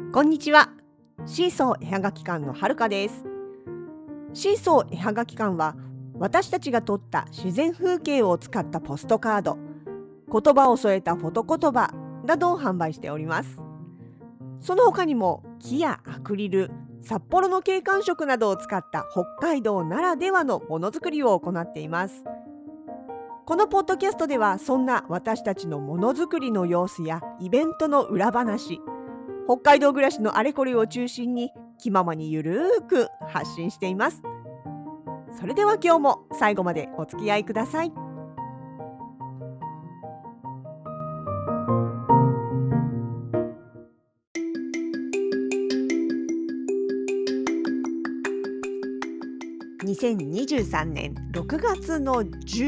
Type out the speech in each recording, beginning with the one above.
こんにちは。シーソー絵はがき館のはるかです。シーソー絵はがき館は、私たちが撮った自然風景を使ったポストカード、言葉を添えたフォト言葉などを販売しております。その他にも木やアクリル、札幌の景観色などを使った北海道ならではのものづくりを行っています。このポッドキャストでは、そんな私たちのものづくりの様子やイベントの裏話、北海道暮らしのあれこれを中心に気ままにゆるーく発信しています。それでは今日も最後までお付き合いください。2023年6月の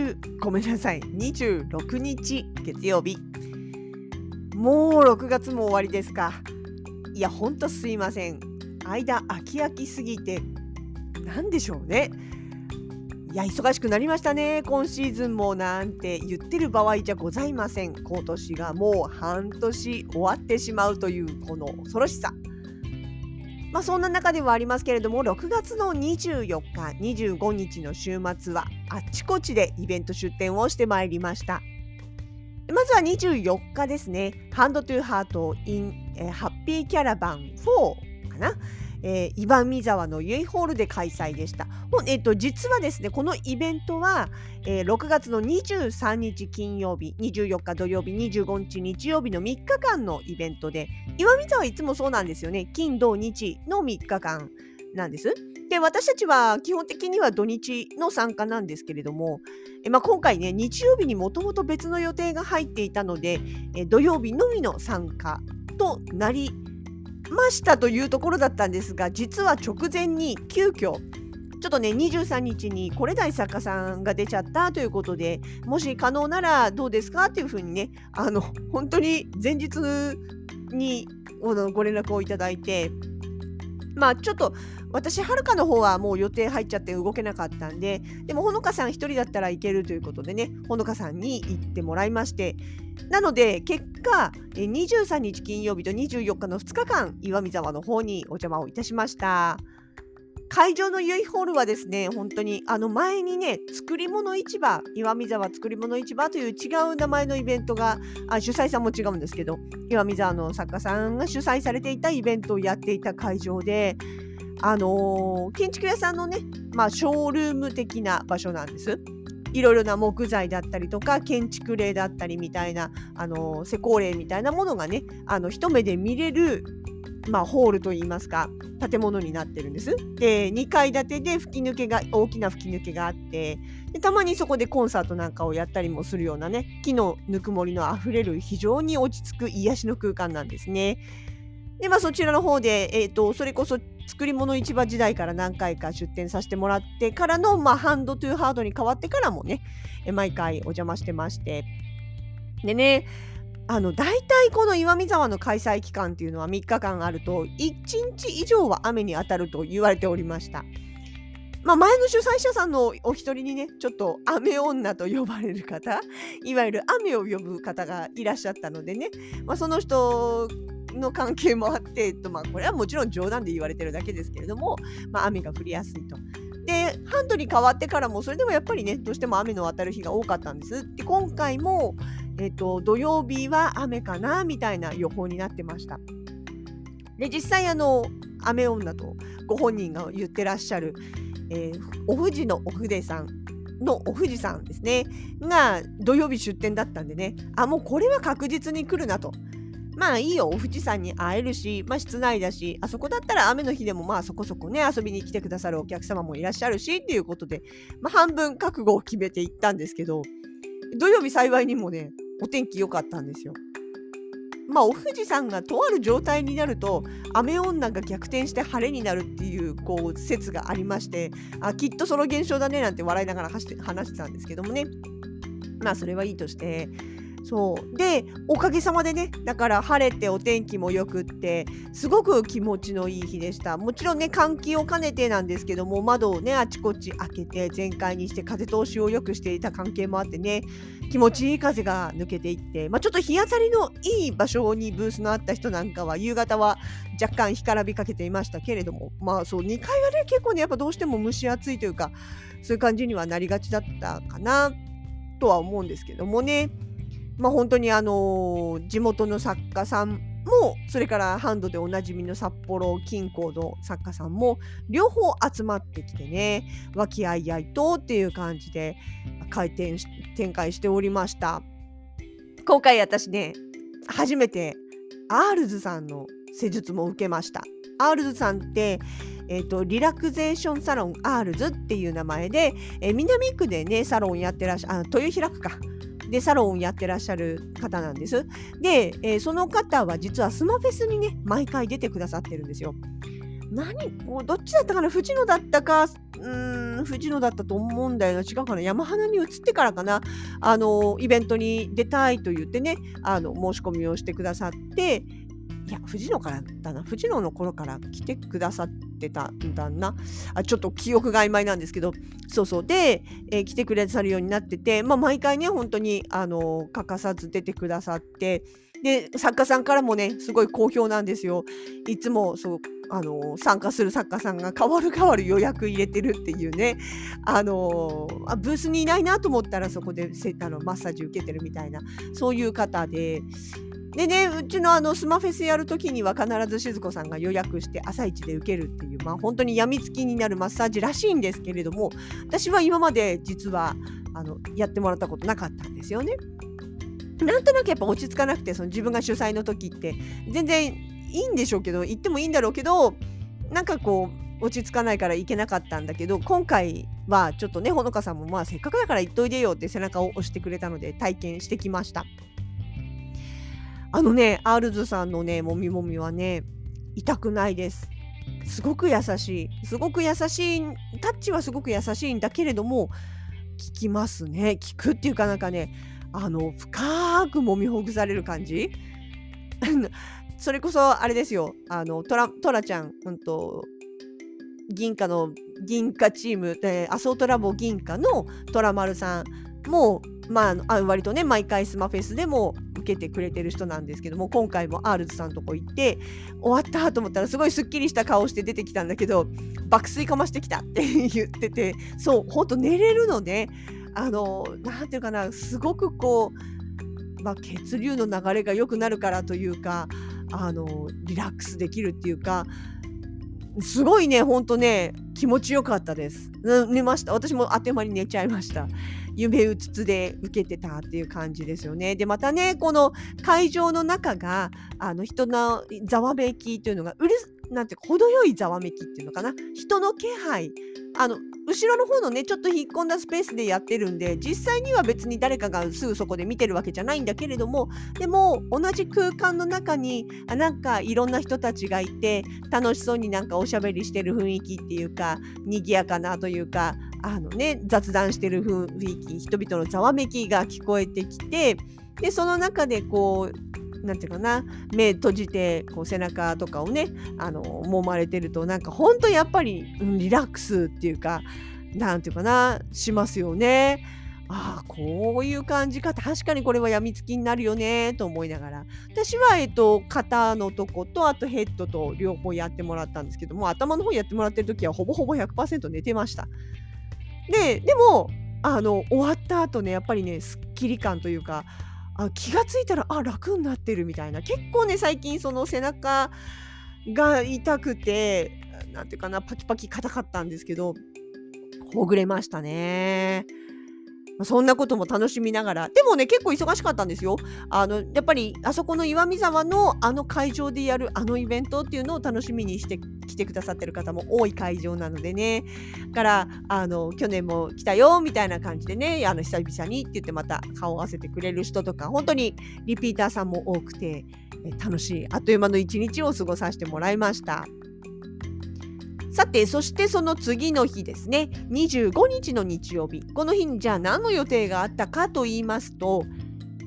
26日月曜日。もう6月も終わりですか。いや、ほんとすいません。間空きすぎて、なんでしょうね。いや、忙しくなりましたね。今シーズンもなんて言ってる場合じゃございません。今年がもう半年終わってしまうというこの恐ろしさ。そんな中ではありますけれども、6月の24日、25日の週末はあっちこっちでイベント出店をしてまいりました。まずは24日ですね。ハンドトゥーハート in ハッピーキャラバン4かな。岩見沢のゆいホールで開催でした。実はですね、このイベントは、6月の23日金曜日、24日土曜日、25日日曜日の3日間のイベントで、岩見沢はいつもそうなんですよね。金土日の3日間なんです。で、私たちは基本的には土日の参加なんですけれども、今回ね、日曜日にもともと別の予定が入っていたので、土曜日のみの参加となりましたというところだったんですが、実は直前に急遽ちょっとね、23日に来れない作家さんが出ちゃったということで、もし可能ならどうですかっていうふうにね、本当に前日にご連絡をいただいて、ちょっと私はるかの方はもう予定入っちゃって動けなかったんで、でもほのかさん一人だったらいけるということでね、ほのかさんに行ってもらいまして、なので結果23日金曜日と24日の2日間岩見沢の方にお邪魔をいたしました。会場のゆいホールはですね、本当に前にね、作り物市場、岩見沢作り物市場という違う名前のイベントが、主催さんも違うんですけど、岩見沢の作家さんが主催されていたイベントをやっていた会場で、建築屋さんのね、ショールーム的な場所なんです。いろいろな木材だったりとか建築例だったりみたいな施工例みたいなものがね、一目で見れるホールといいますか建物になってるんです。で、2階建てで大きな吹き抜けがあって、でたまにそこでコンサートなんかをやったりもするようなね、木のぬくもりのあふれる非常に落ち着く癒しの空間なんですね。で、そちらの方で、それこそ作り物市場時代から何回か出店させてもらってからの、ハンドトゥーハードに変わってからもね、毎回お邪魔してまして。でね、大体この岩見沢の開催期間っていうのは3日間あると、1日以上は雨に当たると言われておりました。前の主催者さんのお一人にね、ちょっと雨女と呼ばれる方、いわゆる雨を呼ぶ方がいらっしゃったのでね、その人の関係もあって、これはもちろん冗談で言われてるだけですけれども、雨が降りやすいと。で、ハンドに変わってからもそれでもやっぱりね、どうしても雨の当たる日が多かったんです。で、今回も、土曜日は雨かなみたいな予報になってました。で、実際雨女とご本人が言ってらっしゃる、お富士のお筆さんのお富士さんですねが土曜日出店だったんでね、もうこれは確実に来るなと。いいよ、お富士山に会えるし、室内だし、あそこだったら雨の日でもそこそこね遊びに来てくださるお客様もいらっしゃるしっていうことで、半分覚悟を決めていったんですけど、土曜日幸いにもね、お天気良かったんですよ。お富士山がとある状態になると雨女が逆転して晴れになるっていう説がありまして、きっとその現象だねなんて笑いながら話してたんですけどもね。それはいいとして、 そうでおかげさまでね、だから晴れてお天気もよくってすごく気持ちのいい日でした。もちろんね換気を兼ねてなんですけども、窓をねあちこち開けて全開にして風通しを良くしていた関係もあってね、気持ちいい風が抜けていって、ちょっと日当たりのいい場所にブースのあった人なんかは夕方は若干干からびかけていましたけれども、そう2階はね結構ねやっぱどうしても蒸し暑いというか、そういう感じにはなりがちだったかなとは思うんですけどもね。本当に地元の作家さんも、それからハンドでおなじみの札幌近郊の作家さんも両方集まってきてね、和気あいあいとっていう感じで展開しておりました。今回私ね、初めてアールズさんの施術も受けました。アールズさんって、リラクゼーションサロンアールズっていう名前で、南区でねサロンやってらっしゃる、豊平区かでサロンをやってらっしゃる方なんです。で、その方は実はスマフェスにね毎回出てくださってるんですよ。どっちだったかな、藤野だったか、藤野だったと思うんだよな、違うかな、山花に移ってからかな、イベントに出たいと言ってね、申し込みをしてくださって、いや藤野からだな、藤野の頃から来てくださってたんだな、ちょっと記憶が曖昧なんですけど、そうで、来てくださるようになってて、毎回ね本当に欠かさず出てくださって、で作家さんからもねすごい好評なんですよ。いつも参加する作家さんが代わる予約入れてるっていうね、ブースにいないなと思ったらそこでマッサージ受けてるみたいな、そういう方で。でね、うちのスマフェスやるときには必ず静子さんが予約して朝一で受けるっていう、本当に病みつきになるマッサージらしいんですけれども、私は今まで実はやってもらったことなかったんですよね。なんとなくやっぱ落ち着かなくて、その自分が主催の時って全然いいんでしょうけど、行ってもいいんだろうけど、なんかこう落ち着かないから行けなかったんだけど、今回はちょっとねほのかさんもせっかくだから行っといでよって背中を押してくれたので体験してきました。アールズさんのねもみもみはね痛くないです。すごく優しいタッチはすごく優しいんだけれども、効きますね。効くっていうかなんかね、深く揉みほぐされる感じそれこそあれですよ、トラちゃん、銀河チームでアソートラボ銀河のトラマルさんも、割とね毎回スマフェスでも受けてくれてる人なんですけども、今回もアールズさんのとこ行って終わったと思ったらすごいすっきりした顔して出てきたんだけど、爆睡かましてきたって言ってて、そうほんと寝れるのね。なんていうかな、すごくこう、血流の流れが良くなるからというか、リラックスできるっていうか、すごいねほんとね気持ちよかったです。寝ました。私もあっという間に寝ちゃいました。夢うつつで受けてたっていう感じですよね。でまたねこの会場の中が人のざわめきというのがなんていうか程よいざわめきっていうのかな、人の気配、後ろの方のねちょっと引っ込んだスペースでやってるんで、実際には別に誰かがすぐそこで見てるわけじゃないんだけれども、でも同じ空間の中になんかいろんな人たちがいて楽しそうになんかおしゃべりしてる雰囲気っていうか、賑やかなというか雑談してる雰囲気、人々のざわめきが聞こえてきて、でその中でこうなんていうかな、目閉じてこう背中とかをね揉まれてるとなんかほんとやっぱり、リラックスっていうか、なんていうかなしますよね。こういう感じか、確かにこれは病みつきになるよねと思いながら、私は肩のとことあとヘッドと両方やってもらったんですけども、頭の方やってもらってる時はほぼほぼ 100% 寝てました。でも終わった後ねやっぱりねすっきり感というか、気がついたら楽になってるみたいな、結構ね最近その背中が痛くてなんていうかな、パキパキ硬かったんですけどほぐれましたね。そんなことも楽しみながら、でもね結構忙しかったんですよ。やっぱりあそこの岩見沢の会場でやるイベントっていうのを楽しみにして来てくださってる方も多い会場なのでね、から去年も来たよみたいな感じでね、久々にって言ってまた顔を合わせてくれる人とか、本当にリピーターさんも多くて楽しいあっという間の一日を過ごさせてもらいました。さて、そしてその次の日ですね、25日の日曜日、この日にじゃあ何の予定があったかと言いますと、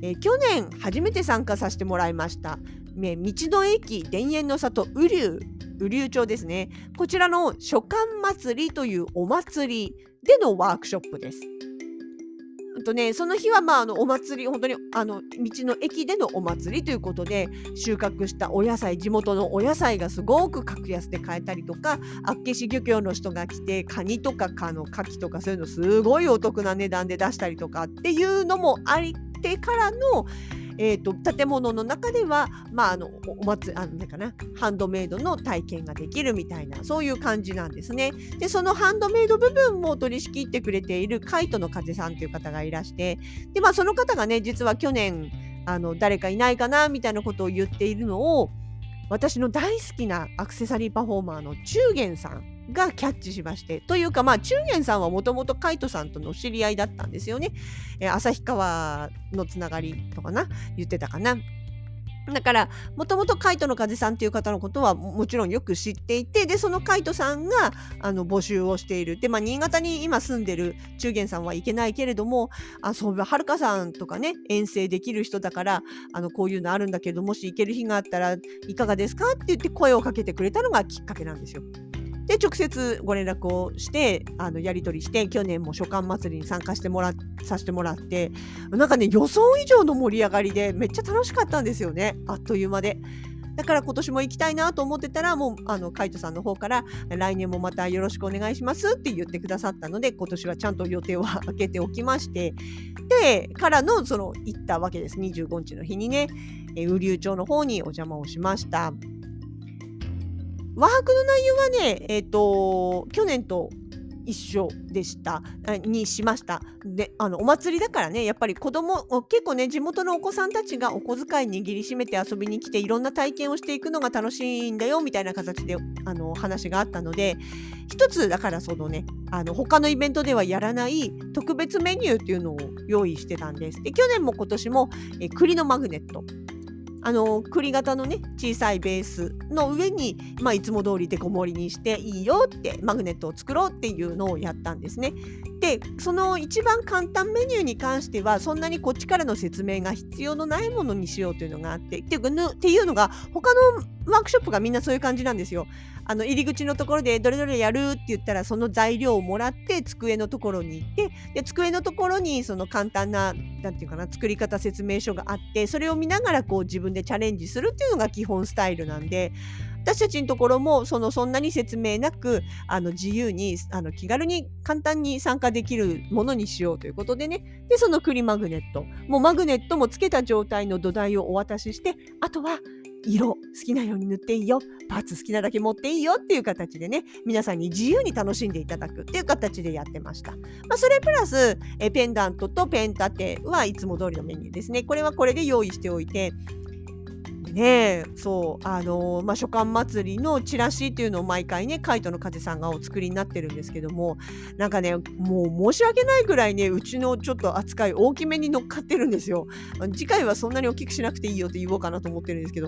去年初めて参加させてもらいました、道の駅田園の里雨竜町ですね。こちらの書館祭りというお祭りでのワークショップです。その日はお祭り、本当に道の駅でのお祭りということで、収穫したお野菜、地元のお野菜がすごく格安で買えたりとか、厚岸漁協の人が来てカニとか牡蠣とかそういうのすごいお得な値段で出したりとかっていうのもあってからの、建物の中では、お祭りなんかな、ハンドメイドの体験ができるみたいな、そういう感じなんですね。で、そのハンドメイド部分も取り仕切ってくれているカイトの風さんという方がいらして、で、その方がね、実は去年誰かいないかなみたいなことを言っているのを、私の大好きなアクセサリーパフォーマーの中元さんがキャッチしまして、というか中元さんはもともとカイトさんとの知り合いだったんですよね。旭川のつながりとか言ってたかな。だからもともとカイトの風さんという方のことはもちろんよく知っていて、でそのカイトさんが募集をしている。で、新潟に今住んでる中元さんは行けないけれども、そういえばはるかさんとかね、遠征できる人だからこういうのあるんだけど、もし行ける日があったらいかがですかって言って声をかけてくれたのがきっかけなんですよ。で、直接ご連絡をしてやり取りして、去年も書館祭りに参加させてもらって、なんかね、予想以上の盛り上がりでめっちゃ楽しかったんですよね、あっという間で。だから今年も行きたいなと思ってたら、もうカイトさんの方から来年もまたよろしくお願いしますって言ってくださったので、今年はちゃんと予定を空けておきまして、でからの行ったわけです。25日の日にね、雨竜町の方にお邪魔をしました。ワークの内容はね、去年と一緒でしたにしました。で、お祭りだからね、やっぱり結構ね、地元のお子さんたちがお小遣い握りしめて遊びに来て、いろんな体験をしていくのが楽しいんだよみたいな形で話があったので、一つだから他のイベントではやらない特別メニューっていうのを用意してたんです。で、去年も今年も栗のマグネット、栗型のね、小さいベースの上に、いつも通りデコ盛りにしていいよってマグネットを作ろうっていうのをやったんですね。で、その一番簡単メニューに関してはそんなにこっちからの説明が必要のないものにしようというのがあって、っていうのが他のワークショップがみんなそういう感じなんですよ。入り口のところでどれどれやるって言ったら、その材料をもらって机のところに行って、で机のところにその簡単な作り方説明書があって、それを見ながら自分でチャレンジするっていうのが基本スタイルなんで、私たちのところもそんなに説明なく自由に気軽に簡単に参加できるものにしようということでね。で、その栗マグネットもうマグネットもつけた状態の土台をお渡しして、あとは色好きなように塗っていいよ、パーツ好きなだけ持っていいよっていう形でね、皆さんに自由に楽しんでいただくっていう形でやってました。それプラスペンダントとペン立てはいつも通りのメニューですね。これはこれで用意しておいて、でね、書館祭りのチラシっていうのを毎回ね、カイトの風さんがお作りになってるんですけども、なんかね、もう申し訳ないくらいね、うちのちょっと扱い大きめに乗っかってるんですよ。次回はそんなに大きくしなくていいよって言おうかなと思ってるんですけど、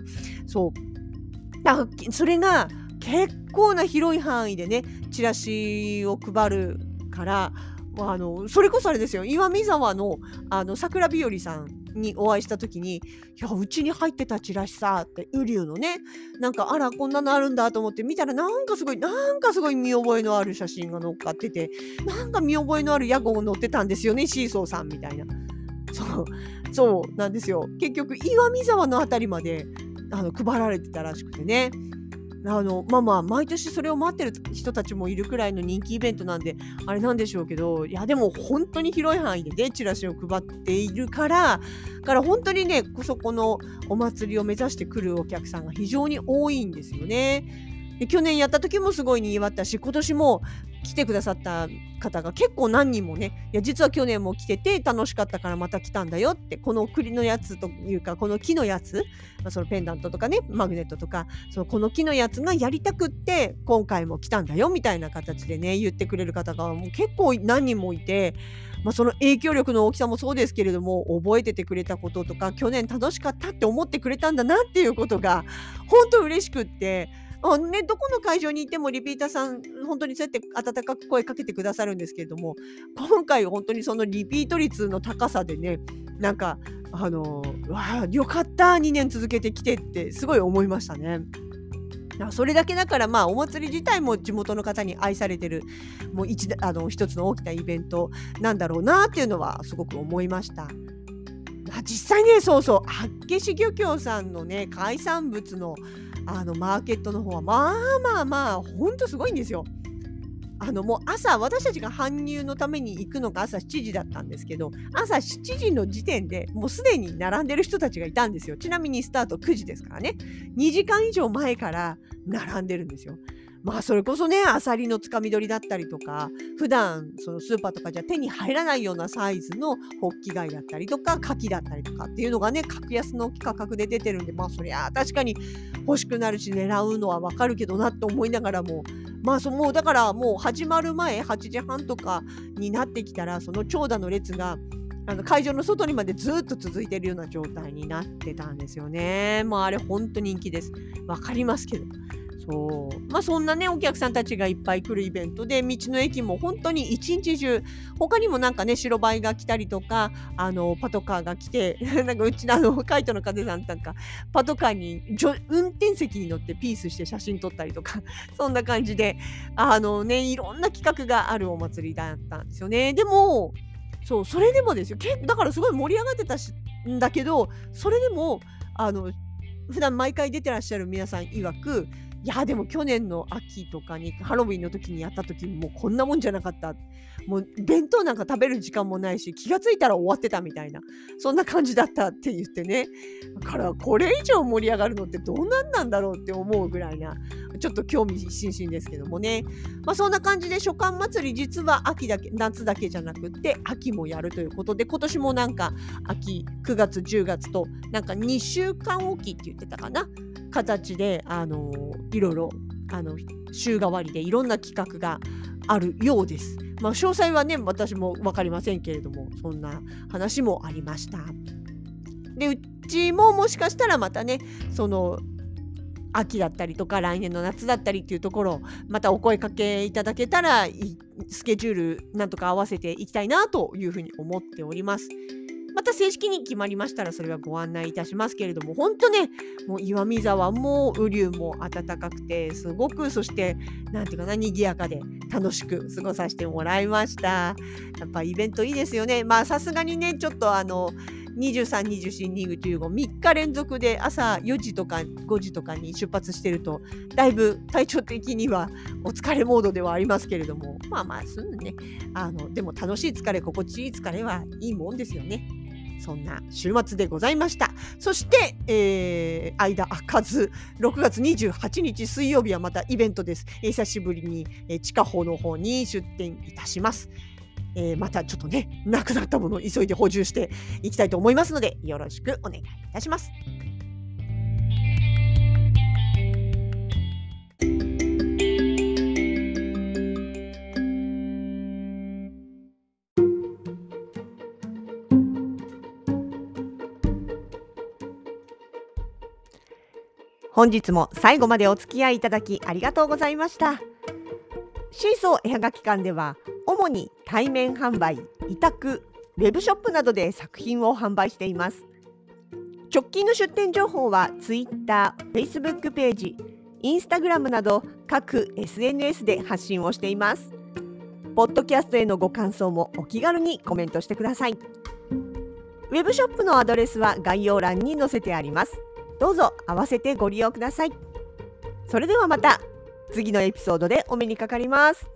それが結構な広い範囲でね、チラシを配るから、それこそあれですよ、岩見沢の桜日和さんにお会いした時に、いや、うちに入ってたチラシさって雨竜のね、あらこんなのあるんだと思って見たら、なんかすごい見覚えのある写真が載っかってて、見覚えのある屋号載ってたんですよね、シーソーさんみたいな。そうなんですよ。結局岩見沢のあたりまで配られてたらしくてね。毎年それを待ってる人たちもいるくらいの人気イベントなんであれなんでしょうけど、いやでも本当に広い範囲でね、チラシを配っているから本当にね、そこのお祭りを目指してくるお客さんが非常に多いんですよね。で、去年やった時もすごい賑わったし、今年も来てくださった方が結構何人もね、いや実は去年も来てて楽しかったからまた来たんだよって、この栗のやつというか、この木のやつ、そのペンダントとかね、マグネットとか、この木のやつがやりたくって今回も来たんだよみたいな形でね、言ってくれる方がもう結構何人もいて、その影響力の大きさもそうですけれども、覚えててくれたこととか、去年楽しかったって思ってくれたんだなっていうことが本当嬉しくって、どこの会場に行ってもリピーターさん本当にそうやって温かく声かけてくださるんですけれども、今回本当にそのリピート率の高さでね、 わあ、よかった、2年続けてきてってすごい思いましたね。それだけだから、お祭り自体も地元の方に愛されてる、もう一つの大きなイベントなんだろうなっていうのはすごく思いました。実際ね、そうそう、厚岸漁協さんのね、海産物のマーケットの方は、ほんとすごいんですよ。もう朝、私たちが搬入のために行くのが朝7時だったんですけど、朝7時の時点でもうすでに並んでる人たちがいたんですよ。ちなみにスタート9時ですからね。2時間以上前から並んでるんですよ。それこそね、アサリのつかみ取りだったりとか、普段そのスーパーとかじゃ手に入らないようなサイズのホッキ貝だったりとか、牡蠣だったりとかっていうのがね、格安の価格で出てるんで、そりゃ確かに欲しくなるし狙うのはわかるけどなって思いながらも、もうだからもう始まる前8時半とかになってきたら、その長蛇の列が会場の外にまでずっと続いているような状態になってたんですよね。あれ本当に人気です。わかりますけど。そう。そんなね、お客さんたちがいっぱい来るイベントで、道の駅も本当に一日中、他にもなんかね、白バイが来たりとか、パトカーが来て、なんかうちのカイトの風さんなんか、パトカーに運転席に乗ってピースして写真撮ったりとか、そんな感じで、いろんな企画があるお祭りだったんですよね。でも、そう、それでもですよ。だからすごい盛り上がってたんだけど、それでも、普段毎回出てらっしゃる皆さん曰く、いやでも去年の秋とかにハロウィンの時にやった時もうこんなもんじゃなかった。もう弁当なんか食べる時間もないし、気がついたら終わってたみたいな、そんな感じだったって言ってね。だからこれ以上盛り上がるのってどんなんだろうって思うぐらいな、ちょっと興味津々ですけどもね。そんな感じで書館祭り、実は夏だけじゃなくって秋もやるということで、今年もなんか秋9月10月となんか2週間おきって言ってたかな、形でいろいろ週替わりでいろんな企画があるようです。詳細はね、私も分かりませんけれども、そんな話もありました。で、うちももしかしたらまたね、その秋だったりとか来年の夏だったりっていうところ、またお声かけいただけたらスケジュールなんとか合わせていきたいなというふうに思っております。また正式に決まりましたらそれはご案内いたしますけれども、本当ね、もう岩見沢も雨竜も暖かくて、すごく、そしてなんていうかな、賑やかで楽しく過ごさせてもらいました。やっぱイベントいいですよね。さすがにね、ちょっと23、24、25、3日連続で朝4時とか5時とかに出発してると、だいぶ体調的にはお疲れモードではありますけれども、すんね。でも楽しい疲れ、心地いい疲れはいいもんですよね。そんな週末でございました。そして、間開かず6月28日水曜日はまたイベントです。久しぶりに、地下宝の方に出店いたします。またちょっとね、なくなったものを急いで補充していきたいと思いますので、よろしくお願いいたします。本日も最後までお付き合いいただきありがとうございました。シーソー絵はがき館では主に対面販売、委託、ウェブショップなどで作品を販売しています。直近の出店情報は Twitter、Facebook ページ、Instagram など各 SNS で発信をしています。ポッドキャストへのご感想もお気軽にコメントしてください。ウェブショップのアドレスは概要欄に載せてあります。どうぞ合わせてご利用ください。それではまた次のエピソードでお目にかかります。